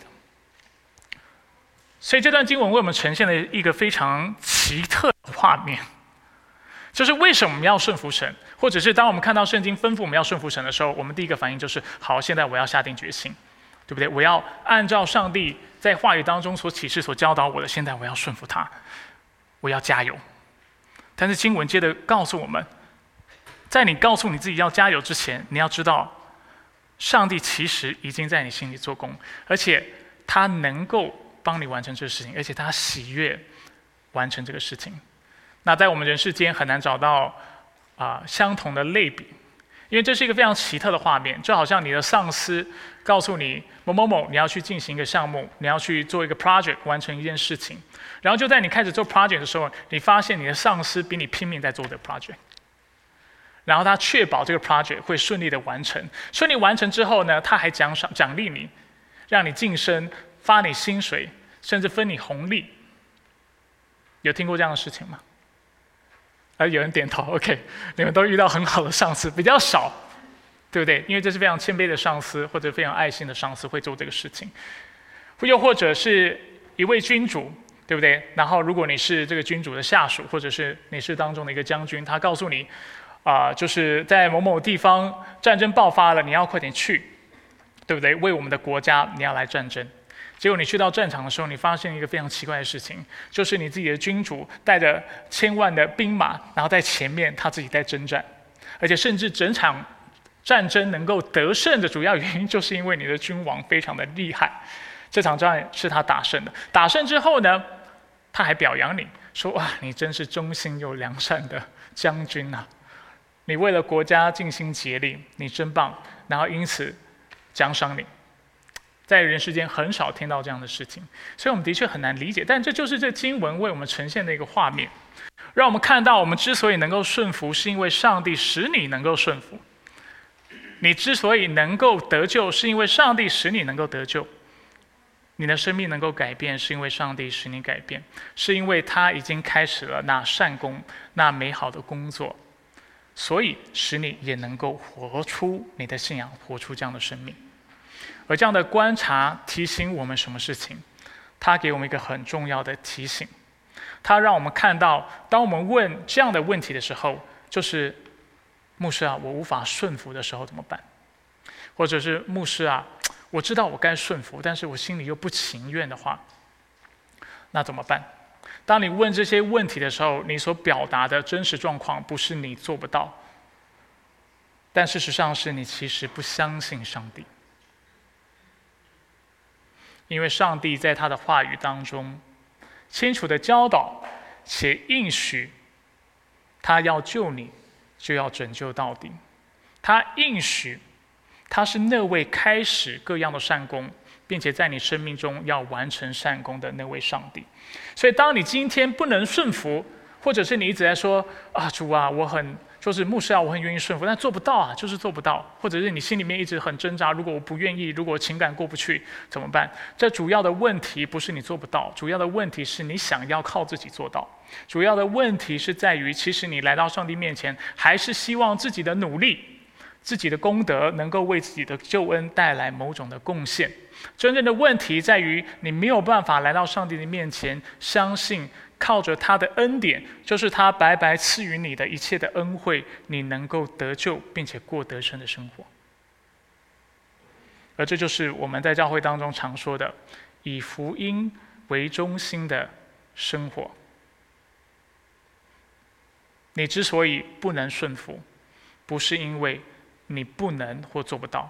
所以这段经文为我们呈现了一个非常奇特的画面，就是为什么我们要顺服神，或者是当我们看到圣经吩咐我们要顺服神的时候，我们第一个反应就是好，现在我要下定决心，对不对？我要按照上帝在话语当中所启示、所教导我的，现在我要顺服他，我要加油。但是经文接着告诉我们，在你告诉你自己要加油之前，你要知道，上帝其实已经在你心里做工，而且他能够帮你完成这个事情，而且他喜悦完成这个事情。那在我们人世间很难找到啊、呃、相同的类比，因为这是一个非常奇特的画面，就好像你的上司告诉你某某某你要去进行一个项目，你要去做一个 project 完成一件事情，然后就在你开始做 project 的时候，你发现你的上司比你拼命在做这个 project， 然后他确保这个 project 会顺利的完成，顺利完成之后呢，他还奖赏奖励你，让你晋升，发你薪水，甚至分你红利。有听过这样的事情吗？啊，有人点头 ，OK， 你们都遇到很好的上司，比较少，对不对？因为这是非常谦卑的上司，或者非常爱心的上司会做这个事情。又或者是一位君主，对不对？然后如果你是这个君主的下属，或者是你是当中的一个将军，他告诉你，啊、呃，就是在某某地方战争爆发了，你要快点去，对不对？为我们的国家，你要来战争。结果你去到战场的时候，你发现一个非常奇怪的事情，就是你自己的君主带着千万的兵马，然后在前面他自己在征战，而且甚至整场战争能够得胜的主要原因，就是因为你的君王非常的厉害，这场战是他打胜的。打胜之后呢，他还表扬你说：“哇，你真是忠心又良善的将军啊！你为了国家尽心竭力，你真棒。”然后因此奖赏你。在人世间很少听到这样的事情，所以我们的确很难理解。但这就是这经文为我们呈现的一个画面，让我们看到我们之所以能够顺服，是因为上帝使你能够顺服；你之所以能够得救，是因为上帝使你能够得救；你的生命能够改变，是因为上帝使你改变，是因为他已经开始了那善功、那美好的工作，所以使你也能够活出你的信仰，活出这样的生命。而这样的观察提醒我们什么事情？它给我们一个很重要的提醒，它让我们看到，当我们问这样的问题的时候，就是牧师啊，我无法顺服的时候怎么办？或者是牧师啊，我知道我该顺服，但是我心里又不情愿的话，那怎么办？当你问这些问题的时候，你所表达的真实状况不是你做不到，但事实上是你其实不相信上帝。因为上帝在他的话语当中清楚的教导且应许，他要救你就要拯救到底。他应许他是那位开始各样的善功，并且在你生命中要完成善功的那位上帝。所以当你今天不能顺服，或者是你一直在说啊主啊我很就是牧师啊我很愿意顺服，但做不到啊，就是做不到，或者是你心里面一直很挣扎，如果我不愿意，如果情感过不去怎么办？这主要的问题不是你做不到，主要的问题是你想要靠自己做到，主要的问题是在于其实你来到上帝面前还是希望自己的努力、自己的功德能够为自己的救恩带来某种的贡献。真正的问题在于你没有办法来到上帝的面前，相信靠着他的恩典，就是他白白赐予你的一切的恩惠，你能够得救并且过得胜的生活。而这就是我们在教会当中常说的以福音为中心的生活。你之所以不能顺服，不是因为你不能或做不到，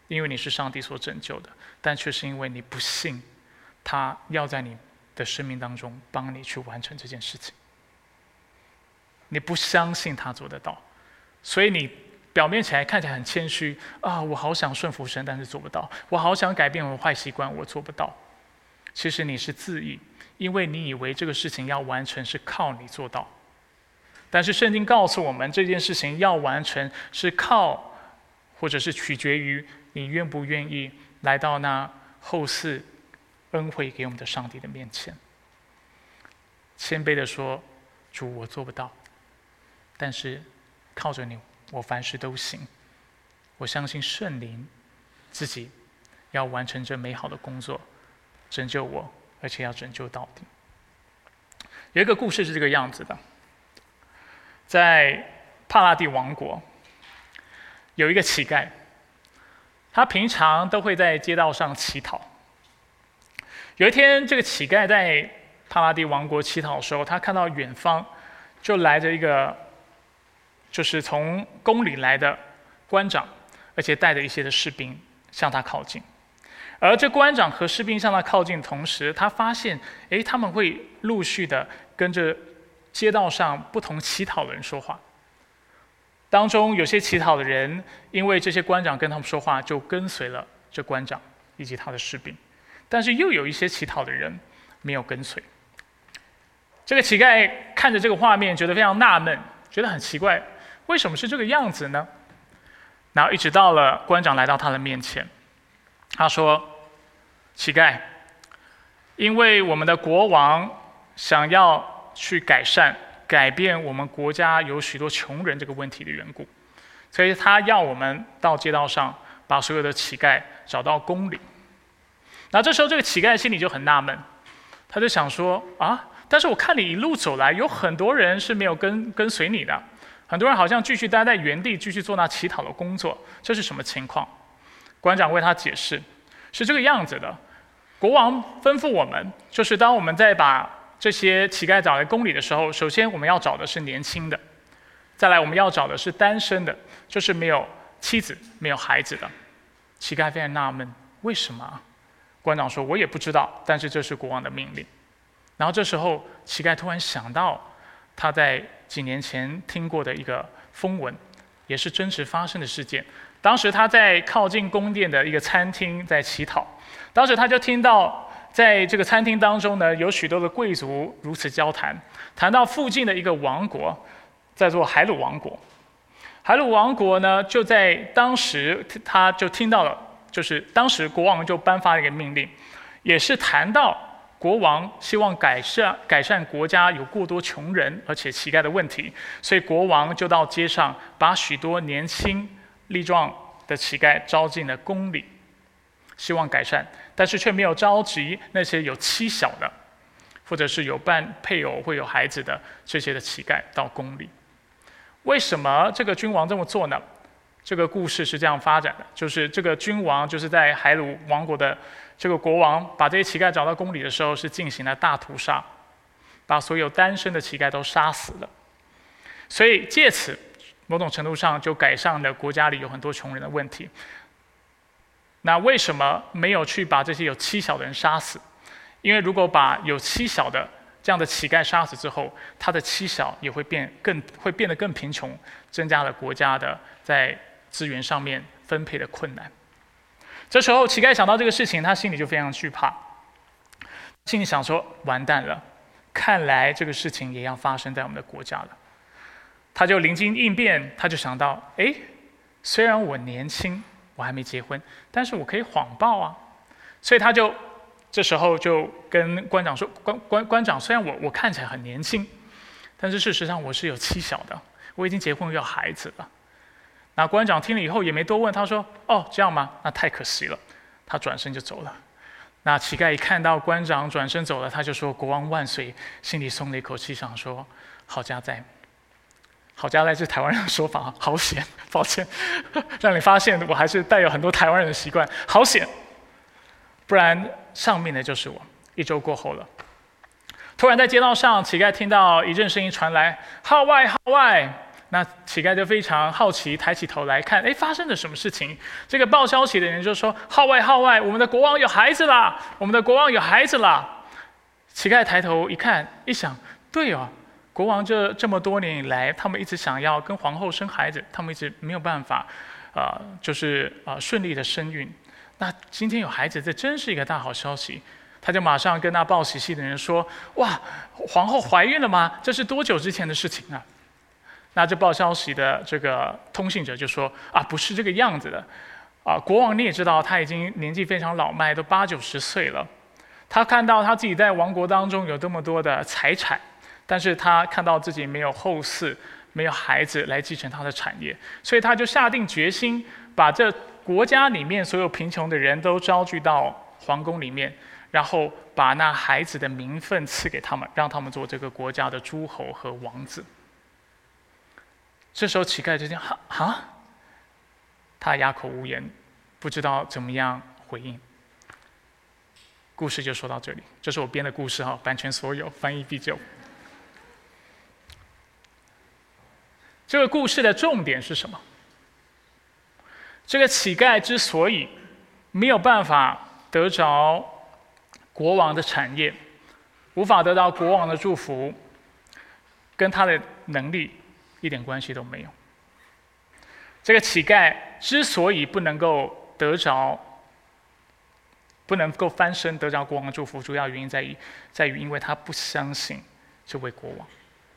因为你是上帝所拯救的，但却是因为你不信他要在你的生命当中帮你去完成这件事情。你不相信他做得到，所以你表面起来看起来很谦虚啊，我好想顺服神，但是做不到；我好想改变我的坏习惯，我做不到。其实你是自义，因为你以为这个事情要完成是靠你做到。但是圣经告诉我们，这件事情要完成是靠，或者是取决于你愿不愿意来到那后赐恩惠给我们的上帝的面前，谦卑的说：主，我做不到，但是靠着你，我凡事都行。我相信圣灵自己要完成这美好的工作，拯救我，而且要拯救到底。有一个故事是这个样子的。在帕拉第王国，有一个乞丐，他平常都会在街道上乞讨。有一天，这个乞丐在帕拉第王国乞讨的时候，他看到远方就来着一个，就是从宫里来的官长，而且带着一些的士兵向他靠近。而这官长和士兵向他靠近的同时，他发现，哎，他们会陆续的跟着街道上不同乞讨的人说话，当中有些乞讨的人因为这些官长跟他们说话，就跟随了这官长以及他的士兵，但是又有一些乞讨的人没有跟随。这个乞丐看着这个画面，觉得非常纳闷，觉得很奇怪，为什么是这个样子呢？然后一直到了官长来到他的面前，他说：乞丐，因为我们的国王想要去改善、改变我们国家有许多穷人这个问题的缘故，所以他要我们到街道上把所有的乞丐找到宫里。那这时候这个乞丐心里就很纳闷，他就想说：啊，但是我看你一路走来，有很多人是没有跟跟随你的，很多人好像继续待在原地，继续做那乞讨的工作，这是什么情况？官长为他解释，是这个样子的：国王吩咐我们，就是当我们在把这些乞丐找来宫里的时候，首先我们要找的是年轻的，再来我们要找的是单身的，就是没有妻子、没有孩子的。乞丐非常纳闷，为什么？官长说：我也不知道，但是这是国王的命令。然后这时候，乞丐突然想到他在几年前听过的一个风闻，也是真实发生的事件。当时他在靠近宫殿的一个餐厅在乞讨，当时他就听到在这个餐厅当中呢，有许多的贵族如此交谈，谈到附近的一个王国，在做海鲁王国。海鲁王国呢，就在当时他就听到了，就是当时国王就颁发了一个命令，也是谈到国王希望改善改善国家有过多穷人而且乞丐的问题，所以国王就到街上把许多年轻力壮的乞丐招进了宫里，希望改善，但是却没有召集那些有妻小的，或者是有伴配偶会有孩子的这些的乞丐到宫里。为什么这个君王这么做呢？这个故事是这样发展的，就是这个君王就是在海鲁王国的这个国王把这些乞丐找到宫里的时候，是进行了大屠杀，把所有单身的乞丐都杀死了，所以借此某种程度上就改善了国家里有很多穷人的问题。那为什么没有去把这些有妻小的人杀死？因为如果把有妻小的这样的乞丐杀死之后，他的妻小也会变更会变得更贫穷，增加了国家的在资源上面分配的困难。这时候乞丐想到这个事情，他心里就非常惧怕，心里想说：完蛋了，看来这个事情也要发生在我们的国家了。他就灵机应变，他就想到：哎，虽然我年轻，我还没结婚，但是我可以谎报啊。所以他就这时候就跟官长说：官官官长，虽然我我看起来很年轻，但是事实上我是有妻小的，我已经结婚有孩子了。那官长听了以后也没多问，他说：哦，这样吗？那太可惜了。他转身就走了。那乞丐一看到官长转身走了，他就说：国王万岁，心里松了一口气，想说：好家在。好家在是台湾人的说法，好险，抱歉，让你发现我还是带有很多台湾人的习惯，好险，不然上面的就是我。一周过后了，突然在街道上，乞丐听到一阵声音传来：号外号外， 那乞丐就非常好奇，抬起头来看，哎，发生了什么事情？这个报消息的人就说：“号外号外，我们的国王有孩子啦！我们的国王有孩子啦！”乞丐抬头一看，一想，对哦，国王这这么多年以来，他们一直想要跟皇后生孩子，他们一直没有办法，呃，就是呃顺利的生育。那今天有孩子，这真是一个大好消息。他就马上跟那报喜信的人说：“哇，皇后怀孕了吗？这是多久之前的事情啊？”那这报消息的这个通信者就说：“啊，不是这个样子的，啊，国王你也知道，他已经年纪非常老迈，都八九十岁了。他看到他自己在王国当中有这么多的财产，但是他看到自己没有后嗣，没有孩子来继承他的产业，所以他就下定决心，把这国家里面所有贫穷的人都招聚到皇宫里面。”然后把那孩子的名分赐给他们，让他们做这个国家的诸侯和王子。这时候乞丐就讲：“哈啊！”他哑口无言，不知道怎么样回应。故事就说到这里，这是我编的故事哈，版权所有，翻译必究。这个故事的重点是什么？这个乞丐之所以没有办法得着国王的产业，无法得到国王的祝福，跟他的能力一点关系都没有。这个乞丐之所以不能够得着，不能够翻身得着国王的祝福，主要原因在于，在于因为他不相信这位国王。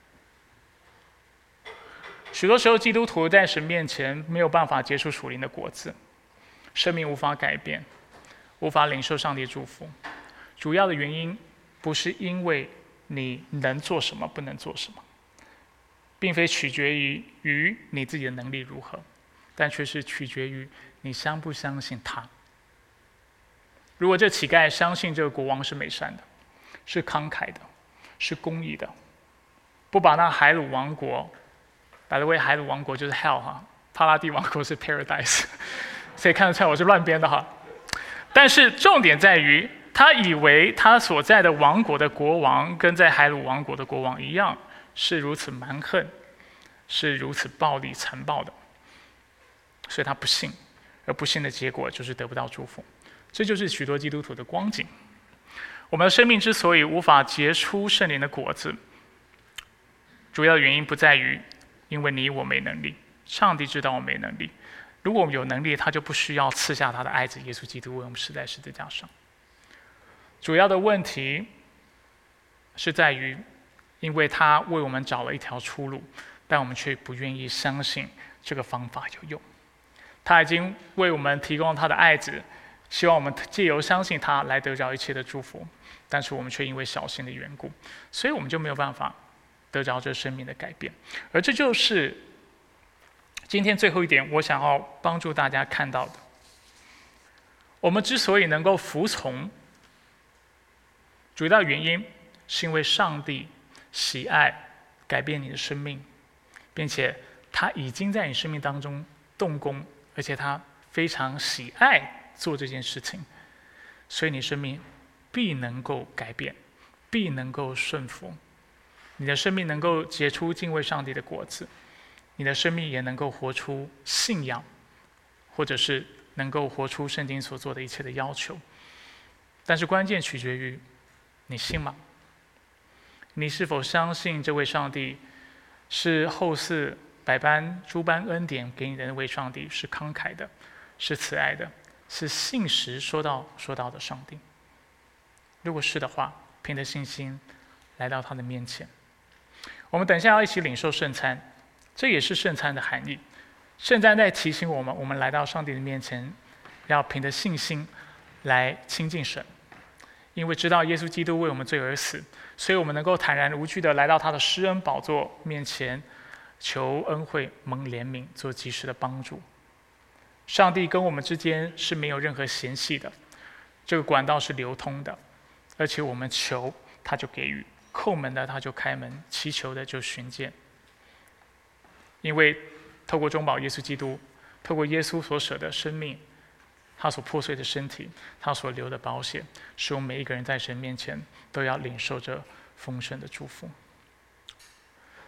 许多时候，基督徒在神面前没有办法结出属灵的果子，生命无法改变，无法领受上帝祝福。主要的原因不是因为你能做什么不能做什么，并非取决于于你自己的能力如何，但却是取决于你相不相信他。如果这乞丐相信这个国王是美善的，是慷慨的，是公义的，不把那海鲁王国，by the way，海鲁王国就是 hell 哈，帕拉蒂王国是 paradise， 所以看得出来我是乱编的哈。但是重点在于，他以为他所在的王国的国王跟在海鲁王国的国王一样，是如此蛮横，是如此暴力残暴的，所以他不信，而不信的结果就是得不到祝福。这就是许多基督徒的光景。我们的生命之所以无法结出圣灵的果子，主要的原因不在于因为你我没能力，上帝知道我没能力。如果我们有能力，他就不需要赐下他的爱子耶稣基督为我们死在十字架上。主要的问题是在于，因为他为我们找了一条出路，但我们却不愿意相信这个方法有用。他已经为我们提供他的爱子，希望我们借由相信他来得着一切的祝福，但是我们却因为小心的缘故，所以我们就没有办法得着这生命的改变。而这就是今天最后一点我想要帮助大家看到的。我们之所以能够服从，主要原因是因为上帝喜爱改变你的生命，并且他已经在你生命当中动工，而且他非常喜爱做这件事情，所以你生命必能够改变，必能够顺服，你的生命能够结出敬畏上帝的果子，你的生命也能够活出信仰，或者是能够活出圣经所做的一切的要求。但是关键取决于你信吗？你是否相信这位上帝是后嗣百般诸般恩典给你的那位上帝，是慷慨的，是慈爱的，是信实说到说到的上帝？如果是的话，凭着信心来到他的面前。我们等一下要一起领受圣餐，这也是圣餐的含义。圣餐在提醒我们，我们来到上帝的面前，要凭着信心来亲近神。因为知道耶稣基督为我们罪而死，所以我们能够坦然无惧地来到他的施恩宝座面前，求恩惠、蒙怜悯，做及时的帮助。上帝跟我们之间是没有任何嫌隙的，这个管道是流通的，而且我们求他就给予，叩门的他就开门，祈求的就寻见。因为透过中保耶稣基督，透过耶稣所舍的生命，他所破碎的身体，他所流的宝血，使我们每一个人在神面前都要领受着丰盛的祝福。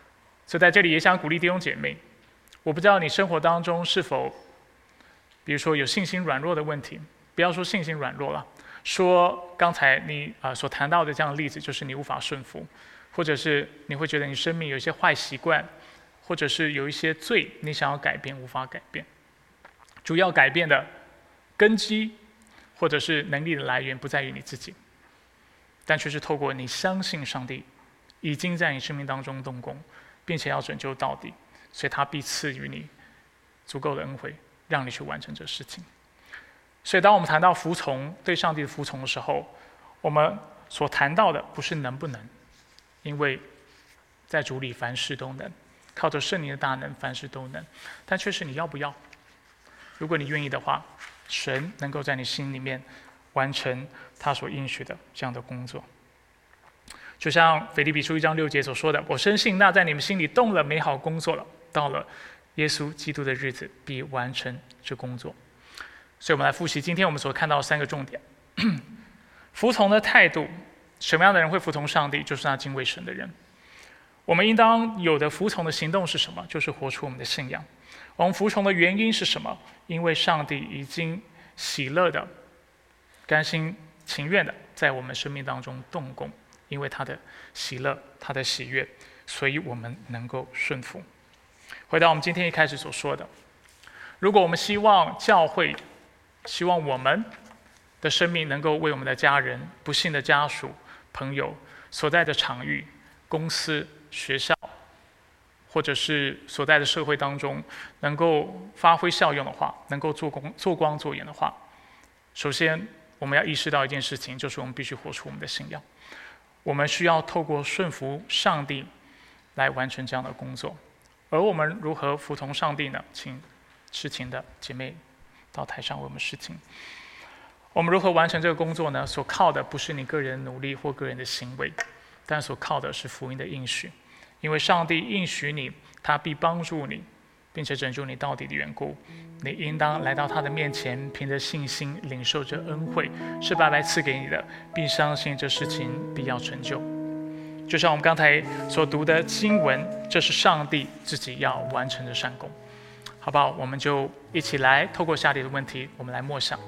所以在这里也想鼓励弟兄姐妹，我不知道你生活当中是否，比如说有信心软弱的问题，不要说信心软弱了，说刚才你啊、呃、所谈到的这样的例子，就是你无法顺服，或者是你会觉得你生命有一些坏习惯，或者是有一些罪，你想要改变无法改变。主要改变的根基，或者是能力的来源，不在于你自己，但却是透过你相信上帝已经在你生命当中动工，并且要拯救到底，所以他必赐予你足够的恩惠，让你去完成这事情。所以当我们谈到服从，对上帝的服从的时候，我们所谈到的不是能不能，因为在主里凡事都能，靠着圣灵的大能凡事都能，但却是你要不要。如果你愿意的话，神能够在你心里面完成他所应许的这样的工作。就像腓立比书一章六节所说的，我深信那在你们心里动了美好工作了，到了耶稣基督的日子必完成这工作。所以我们来复习今天我们所看到的三个重点。服从的态度，什么样的人会服从上帝？就是那敬畏神的人。我们应当有的服从的行动是什么？就是活出我们的信仰。我们服从的原因是什么？因为上帝已经喜乐的、甘心情愿的在我们生命当中动工，因为他的喜乐、他的喜悦，所以我们能够顺服。回到我们今天一开始所说的，如果我们希望教会、希望我们的生命能够为我们的家人、不幸的家属、朋友所在的场域、公司、学校，或者是所在的社会当中能够发挥效用的话，能够做光做光做盐的话，首先我们要意识到一件事情，就是我们必须活出我们的信仰。我们需要透过顺服上帝来完成这样的工作。而我们如何服从上帝呢？请痴情的姐妹到台上为我们示情。我们如何完成这个工作呢？所靠的不是你个人努力或个人的行为，但所靠的是福音的应许。因为上帝应许你，他必帮助你，并且拯救你到底的缘故，你应当来到他的面前，凭着信心领受这恩惠，是白白赐给你的，并相信这事情必要成就。就像我们刚才所读的经文，这是上帝自己要完成的善功，好不好？我们就一起来透过下列的问题，我们来默想。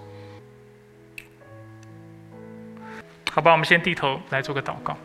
好吧，我们先低头来做个祷告。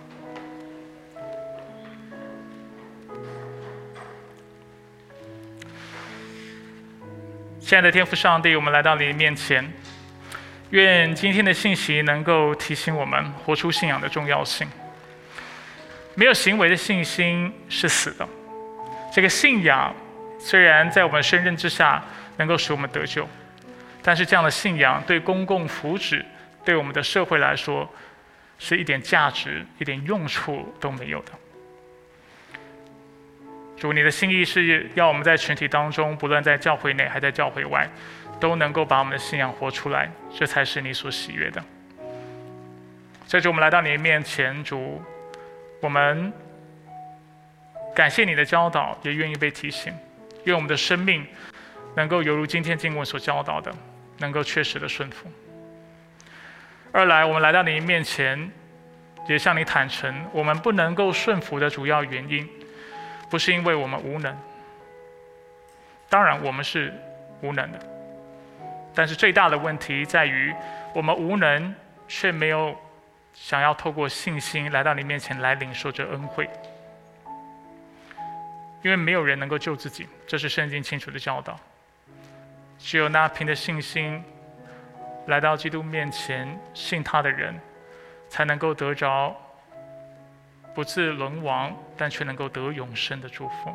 亲爱的天父上帝，我们来到你的面前，愿今天的信息能够提醒我们活出信仰的重要性。没有行为的信心是死的。这个信仰虽然在我们身任之下能够使我们得救，但是这样的信仰对公共福祉、对我们的社会来说，是一点价值、一点用处都没有的。主，你的心意是要我们在群体当中，不论在教会内还在教会外，都能够把我们的信仰活出来，这才是你所喜悦的。所以主，我们来到你的面前，主，我们感谢你的教导，也愿意被提醒，愿我们的生命能够犹如今天经文所教导的，能够确实的顺服。二来，我们来到你的面前，也向你坦诚，我们不能够顺服的主要原因，不是因为我们无能，当然我们是无能的，但是最大的问题在于我们无能，却没有想要透过信心来到你面前来领受这恩惠。因为没有人能够救自己，这是圣经清楚的教导。只有那凭着信心来到基督面前信他的人，才能够得着不至沦亡，但却能够得永生的祝福。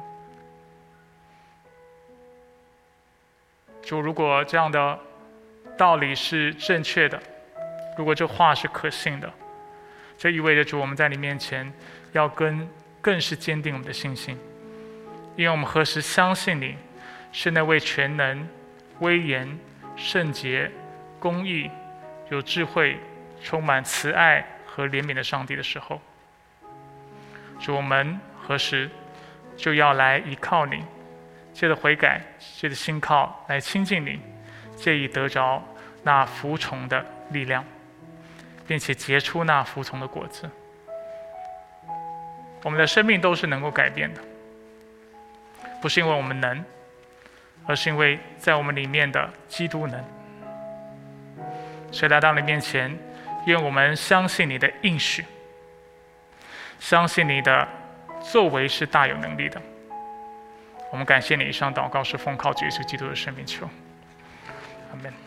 主，如果这样的道理是正确的，如果这话是可信的，这意味着主，我们在你面前要跟更是坚定我们的信心，因为我们何时相信你是那位全能、威严、圣洁、公义、有智慧、充满慈爱和怜悯的上帝的时候，主，我们何时就要来依靠你，借着悔改，借着信靠来亲近你，借以得着那服从的力量，并且结出那服从的果子。我们的生命都是能够改变的， 不是因为我们能，而是因为在我们里面的基督能。所以来到你面前，愿我们相信你的应许，相信你的作为是大有能力的。我们感谢你，以上祷告是奉靠主耶稣基督的圣名求，阿们。